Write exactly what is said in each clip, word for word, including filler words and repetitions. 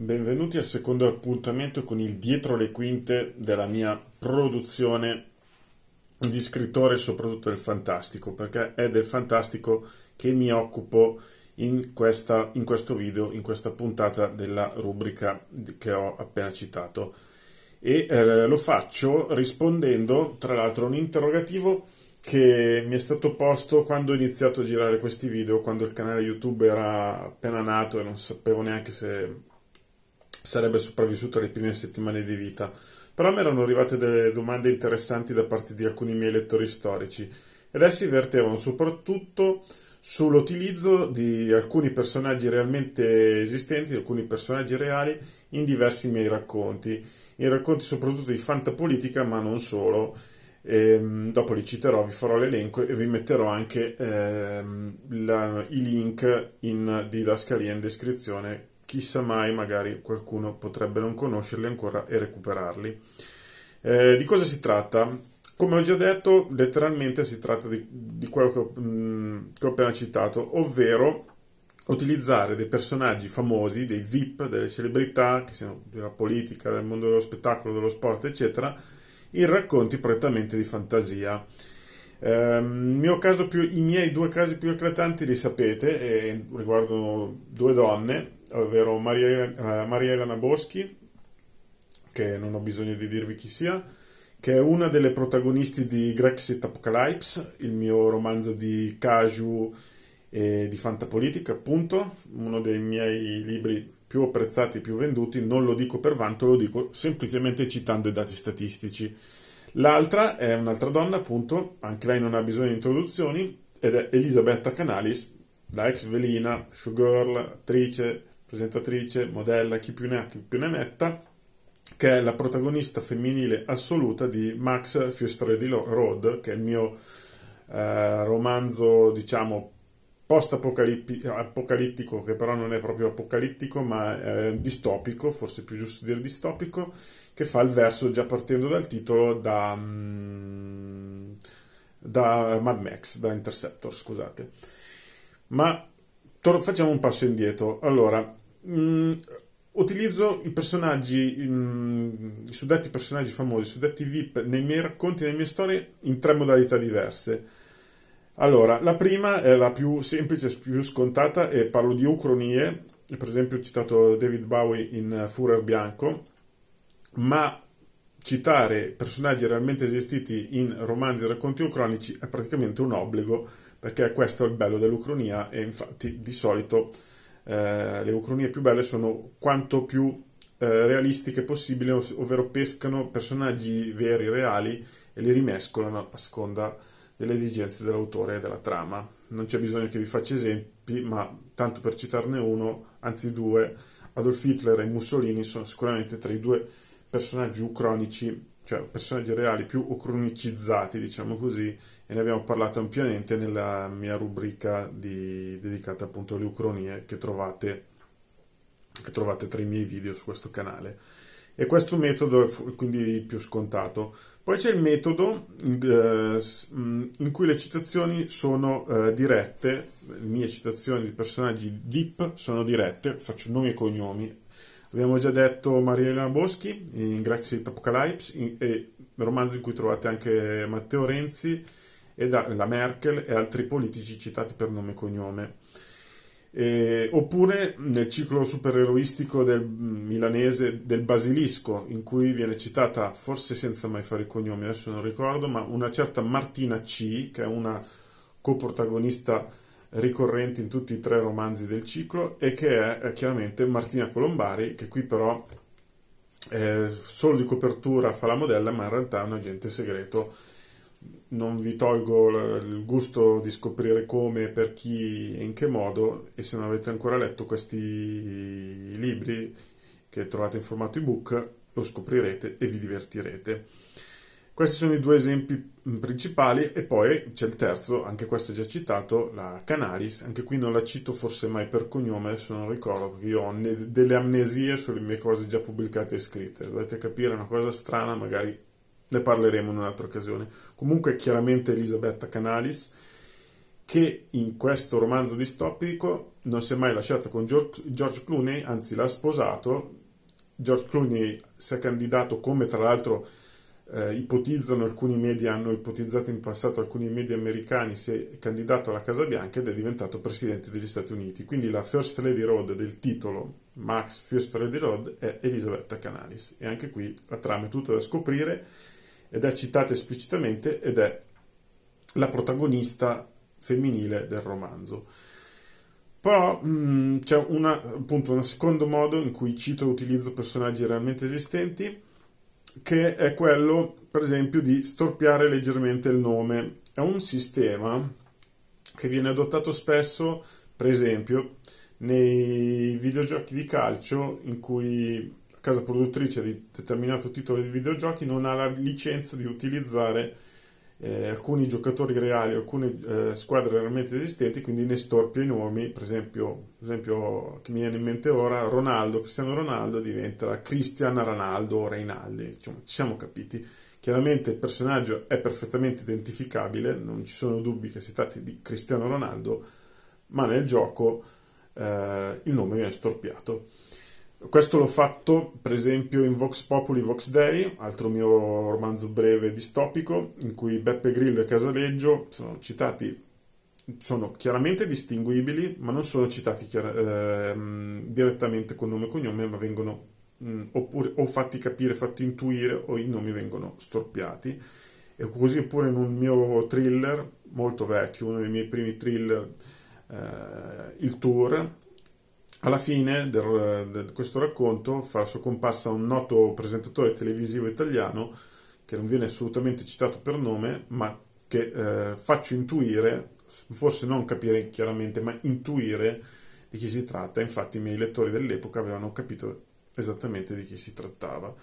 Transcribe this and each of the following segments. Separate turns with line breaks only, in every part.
Benvenuti al secondo appuntamento con il dietro le quinte della mia produzione di scrittore, soprattutto del fantastico, perché è del fantastico che mi occupo in questa, in questo video, in questa puntata della rubrica che ho appena citato. E eh, lo faccio rispondendo, tra l'altro, a un interrogativo che mi è stato posto quando ho iniziato a girare questi video, quando il canale YouTube era appena nato e non sapevo neanche se sarebbe sopravvissuto alle prime settimane di vita. Però mi erano arrivate delle domande interessanti da parte di alcuni miei lettori storici ed essi vertevano soprattutto sull'utilizzo di alcuni personaggi realmente esistenti, alcuni personaggi reali in diversi miei racconti, in racconti soprattutto di fantapolitica, ma non solo. Ehm, dopo li citerò, vi farò l'elenco e vi metterò anche ehm, la- i link in didascalia in descrizione. Chissà mai, magari qualcuno potrebbe non conoscerli ancora e recuperarli. Eh, di cosa si tratta? Come ho già detto, letteralmente si tratta di, di quello che ho, mh, che ho appena citato, ovvero utilizzare dei personaggi famosi, dei V I P, delle celebrità, che siano della politica, del mondo dello spettacolo, dello sport, eccetera, in racconti prettamente di fantasia. Ehm, il mio caso più- I miei due casi più eclatanti li sapete e riguardano due donne, ovvero Maria, eh, Maria Elena Boschi, che non ho bisogno di dirvi chi sia, che è una delle protagonisti di Grexit Apocalypse, il mio romanzo di Caju e di fantapolitica, appunto, uno dei miei libri più apprezzati, più venduti. Non lo dico per vanto, lo dico semplicemente citando i dati statistici. L'altra è un'altra donna, appunto, anche lei non ha bisogno di introduzioni, ed è Elisabetta Canalis, la ex velina, showgirl, attrice, presentatrice, modella, chi più ne ha, chi più ne metta, che è la protagonista femminile assoluta di Max Fustredi Road, che è il mio eh, romanzo, diciamo, post-apocalittico, che però non è proprio apocalittico, ma è distopico, forse è più giusto dire distopico, che fa il verso, già partendo dal titolo, da, mm, da Mad Max, da Interceptor, scusate. Ma tor- facciamo un passo indietro. Allora, mh, utilizzo i personaggi, mh, i suddetti personaggi famosi, i suddetti V I P nei miei racconti, nelle mie storie, in tre modalità diverse. Allora, la prima è la più semplice, più scontata, e parlo di ucronie. Per esempio, ho citato David Bowie in Furor Bianco, ma citare personaggi realmente esistiti in romanzi e racconti ucronici è praticamente un obbligo, perché questo è il bello dell'ucronia, e infatti di solito eh, le ucronie più belle sono quanto più eh, realistiche possibile, ov- ovvero pescano personaggi veri, reali, e li rimescolano a seconda delle esigenze dell'autore e della trama. Non c'è bisogno che vi faccia esempi, ma tanto per citarne uno, anzi due, Adolf Hitler e Mussolini sono sicuramente tra i due personaggi ucronici, cioè personaggi reali più ucronicizzati, diciamo così, e ne abbiamo parlato ampiamente nella mia rubrica di- dedicata appunto alle ucronie che trovate, che trovate tra i miei video su questo canale. E questo metodo è fu- quindi più scontato. Poi c'è il metodo eh, s- mh, in cui le citazioni sono eh, dirette, le mie citazioni di personaggi V I P sono dirette, faccio nomi e cognomi. Abbiamo già detto Maria Elena Boschi in Grexit Apocalypse, in- e romanzo in cui trovate anche Matteo Renzi e da- la Merkel e altri politici citati per nome e cognome. Eh, oppure nel ciclo supereroistico del milanese del Basilisco, in cui viene citata, forse senza mai fare i cognomi, adesso non ricordo, ma una certa Martina C, che è una coprotagonista ricorrente in tutti e tre romanzi del ciclo, e che è eh, chiaramente Martina Colombari, che qui però eh, solo di copertura fa la modella, ma in realtà è un agente segreto. Non vi tolgo l- il gusto di scoprire come, per chi e in che modo, e se non avete ancora letto questi libri che trovate in formato ebook, lo scoprirete e vi divertirete. Questi sono i due esempi mm, principali, e poi c'è il terzo, anche questo è già citato, la Canalis. Anche qui non la cito forse mai per cognome, adesso non ricordo, perché io ho ne- delle amnesie sulle mie cose già pubblicate e scritte. Dovete capire, è una cosa strana, magari ne parleremo in un'altra occasione. Comunque chiaramente Elisabetta Canalis, che in questo romanzo distopico non si è mai lasciato con George, George Clooney, anzi l'ha sposato. George Clooney si è candidato, come tra l'altro eh, ipotizzano alcuni media, hanno ipotizzato in passato alcuni media americani, si è candidato alla Casa Bianca ed è diventato presidente degli Stati Uniti. Quindi la First Lady Road del titolo, Max First Lady Road, è Elisabetta Canalis. E anche qui la trama è tutta da scoprire ed è citata esplicitamente ed è la protagonista femminile del romanzo. Però mh, c'è una, appunto, un secondo modo in cui cito e utilizzo personaggi realmente esistenti, che è quello, per esempio, di storpiare leggermente il nome. È un sistema che viene adottato spesso, per esempio, nei videogiochi di calcio, in cui la casa produttrice di determinato titolo di videogiochi non ha la licenza di utilizzare eh, alcuni giocatori reali, alcune eh, squadre realmente esistenti, quindi ne storpia i nomi. Per esempio, per esempio, che mi viene in mente ora, Ronaldo, Cristiano Ronaldo diventa Cristian Ronaldo o Reinaldi, insomma, ci siamo capiti. Chiaramente il personaggio è perfettamente identificabile, non ci sono dubbi che si tratti di Cristiano Ronaldo, ma nel gioco eh, il nome viene storpiato. Questo l'ho fatto per esempio in Vox Populi Vox Dei, altro mio romanzo breve distopico, in cui Beppe Grillo e Casaleggio sono citati, sono chiaramente distinguibili, ma non sono citati chiar- ehm, direttamente con nome e cognome, ma vengono mh, oppure, o fatti capire, fatti intuire, o i nomi vengono storpiati. E così pure in un mio thriller molto vecchio, uno dei miei primi thriller, eh, Il Tour. Alla fine di questo racconto fa la sua comparsa un noto presentatore televisivo italiano che non viene assolutamente citato per nome, ma che eh, faccio intuire, forse non capire chiaramente, ma intuire di chi si tratta. Infatti i miei lettori dell'epoca avevano capito esattamente di chi si trattava.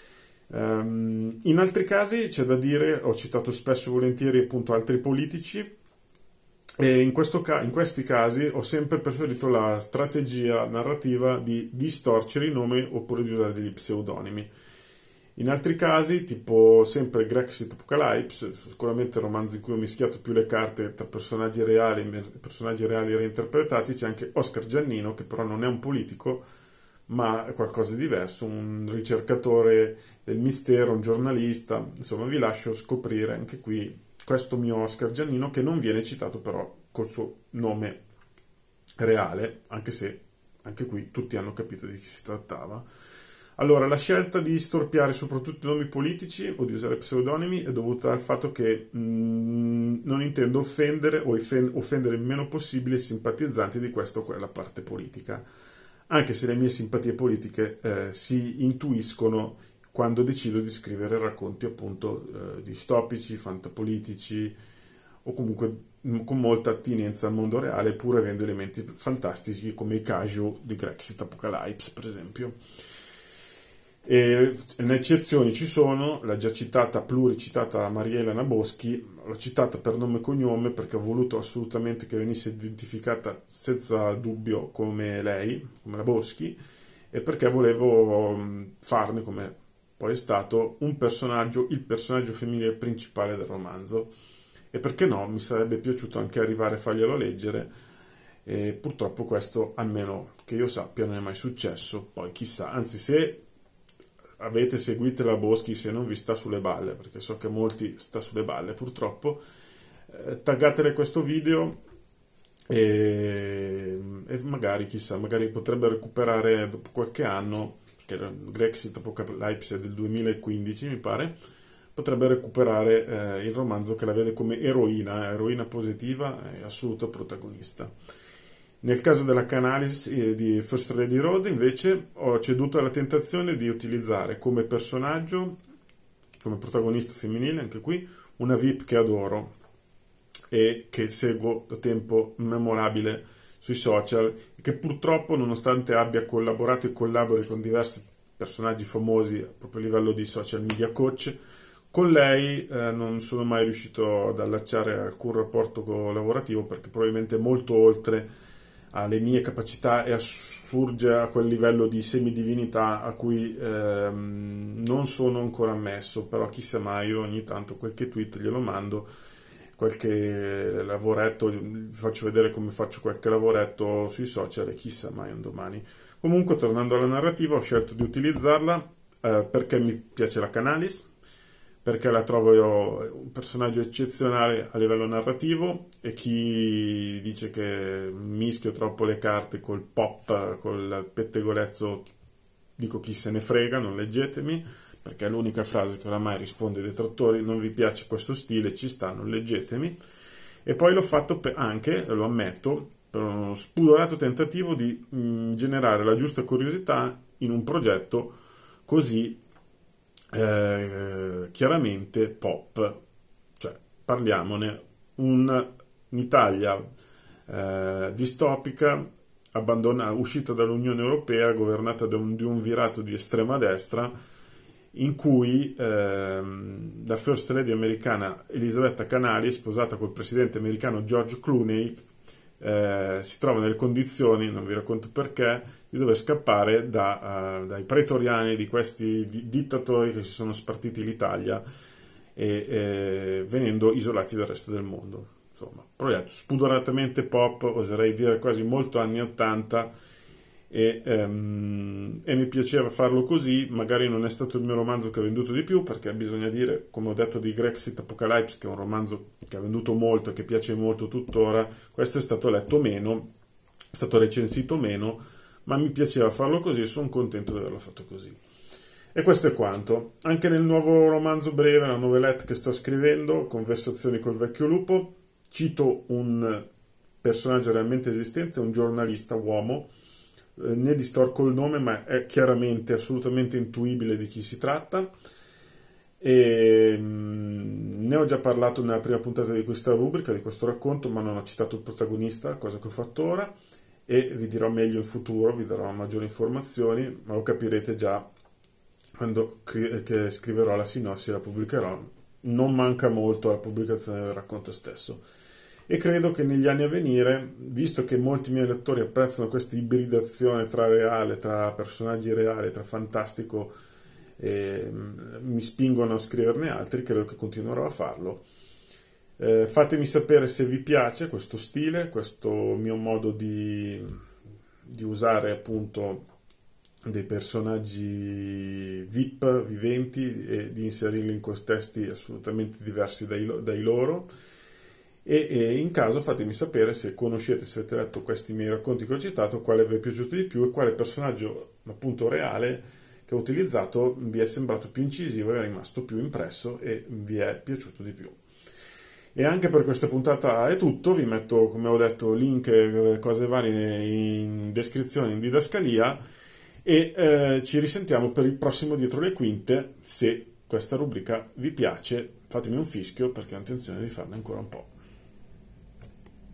Um, in altri casi c'è da dire, ho citato spesso e volentieri appunto altri politici, e in, questo ca- in questi casi ho sempre preferito la strategia narrativa di distorcere i nomi oppure di usare degli pseudonimi. In altri casi, tipo sempre Grexit Apocalypse, sicuramente il romanzo in cui ho mischiato più le carte tra personaggi reali e personaggi reali reinterpretati, c'è anche Oscar Giannino, che però non è un politico, ma è qualcosa di diverso, un ricercatore del mistero, un giornalista. Insomma, vi lascio scoprire anche qui questo mio Oscar Giannino, che non viene citato però col suo nome reale, anche se anche qui tutti hanno capito di chi si trattava. Allora, la scelta di storpiare soprattutto i nomi politici o di usare pseudonimi è dovuta al fatto che mh, non intendo offendere o offendere il meno possibile i simpatizzanti di questa o quella parte politica, anche se le mie simpatie politiche eh, si intuiscono quando decido di scrivere racconti appunto eh, distopici, fantapolitici o comunque mh, con molta attinenza al mondo reale, pur avendo elementi fantastici come i kaiju di Grexit Apocalypse, per esempio. E le eccezioni ci sono, l'ha già citata, pluricitata Maria Elena Boschi, l'ho citata per nome e cognome perché ho voluto assolutamente che venisse identificata senza dubbio come lei, come la Boschi, e perché volevo farne, come poi è stato, un personaggio, il personaggio femminile principale del romanzo. E perché no, mi sarebbe piaciuto anche arrivare a farglielo leggere, e purtroppo questo, almeno che io sappia, non è mai successo. Poi chissà, anzi, se avete seguito la Boschi, se non vi sta sulle balle, perché so che molti sta sulle balle purtroppo, eh, taggatele questo video e, e magari chissà, magari potrebbe recuperare dopo qualche anno, perché Grexit Apocalypse è del duemilaquindici mi pare, potrebbe recuperare eh, il romanzo che la vede come eroina, eroina positiva e assoluto protagonista. Nel caso della Canalis eh, di First Lady Road, invece, ho ceduto alla tentazione di utilizzare come personaggio, come protagonista femminile, anche qui, una V I P che adoro e che seguo da tempo immemorabile sui social, e che purtroppo, nonostante abbia collaborato e collabori con diversi personaggi famosi proprio a livello di social media coach, con lei eh, non sono mai riuscito ad allacciare alcun rapporto lavorativo, perché probabilmente è molto oltre alle mie capacità e assurge a quel livello di semidivinità a cui ehm, non sono ancora ammesso, però chissà mai, io ogni tanto qualche tweet glielo mando, qualche lavoretto, vi faccio vedere come faccio qualche lavoretto sui social e chissà mai un domani. Comunque, tornando alla narrativa, ho scelto di utilizzarla eh, perché mi piace la Canalis, perché la trovo io un personaggio eccezionale a livello narrativo, e chi dice che mischio troppo le carte col pop, col pettegolezzo, dico chi se ne frega, non leggetemi, perché è l'unica frase che oramai risponde ai detrattori: non vi piace questo stile, ci sta, non leggetemi. E poi l'ho fatto per- anche, lo ammetto, per uno spudorato tentativo di mh, generare la giusta curiosità in un progetto così eh, chiaramente pop. Cioè, parliamone, un- un'Italia eh, distopica, abbandona- uscita dall'Unione Europea, governata da un, di un virato di estrema destra, in cui ehm, la First Lady americana Elisabetta Canali, sposata col presidente americano George Clooney, eh, si trova nelle condizioni, non vi racconto perché, di dover scappare da, eh, dai pretoriani, di questi di- dittatori che si sono spartiti l'Italia, e eh, venendo isolati dal resto del mondo. Insomma, progetto spudoratamente pop, oserei dire quasi molto anni ottanta, e, ehm, e mi piaceva farlo così. Magari non è stato il mio romanzo che ha venduto di più, perché bisogna dire, come ho detto di Grexit Apocalypse, che è un romanzo che ha venduto molto e che piace molto tuttora, questo è stato letto meno, è stato recensito meno, ma mi piaceva farlo così e sono contento di averlo fatto così. E questo è quanto. Anche nel nuovo romanzo breve, la novelette che sto scrivendo, Conversazioni col vecchio lupo, cito un personaggio realmente esistente, un giornalista uomo. Eh, ne distorco il nome, ma è chiaramente, assolutamente intuibile di chi si tratta. E mm, ne ho già parlato nella prima puntata di questa rubrica, di questo racconto, ma non ho citato il protagonista, cosa che ho fatto ora, e vi dirò meglio in futuro, vi darò maggiori informazioni, ma lo capirete già quando cri- che scriverò la sinossi e la pubblicherò. Non manca molto alla pubblicazione del racconto stesso. E credo che negli anni a venire, visto che molti miei lettori apprezzano questa ibridazione tra reale, tra personaggi reali, tra fantastico, e mm, mi spingono a scriverne altri, credo che continuerò a farlo. Eh, fatemi sapere se vi piace questo stile, questo mio modo di, di usare appunto dei personaggi V I P viventi e di inserirli in contesti assolutamente diversi dai, lo- dai loro. E, e in caso fatemi sapere se conoscete, se avete letto questi miei racconti che ho citato, quale vi è piaciuto di più e quale personaggio appunto reale che ho utilizzato vi è sembrato più incisivo, è rimasto più impresso e vi è piaciuto di più. E anche per questa puntata è tutto, vi metto, come ho detto, link e cose varie in descrizione, in didascalia, e eh, ci risentiamo per il prossimo Dietro le Quinte. Se questa rubrica vi piace, fatemi un fischio, perché ho intenzione di farne ancora un po'.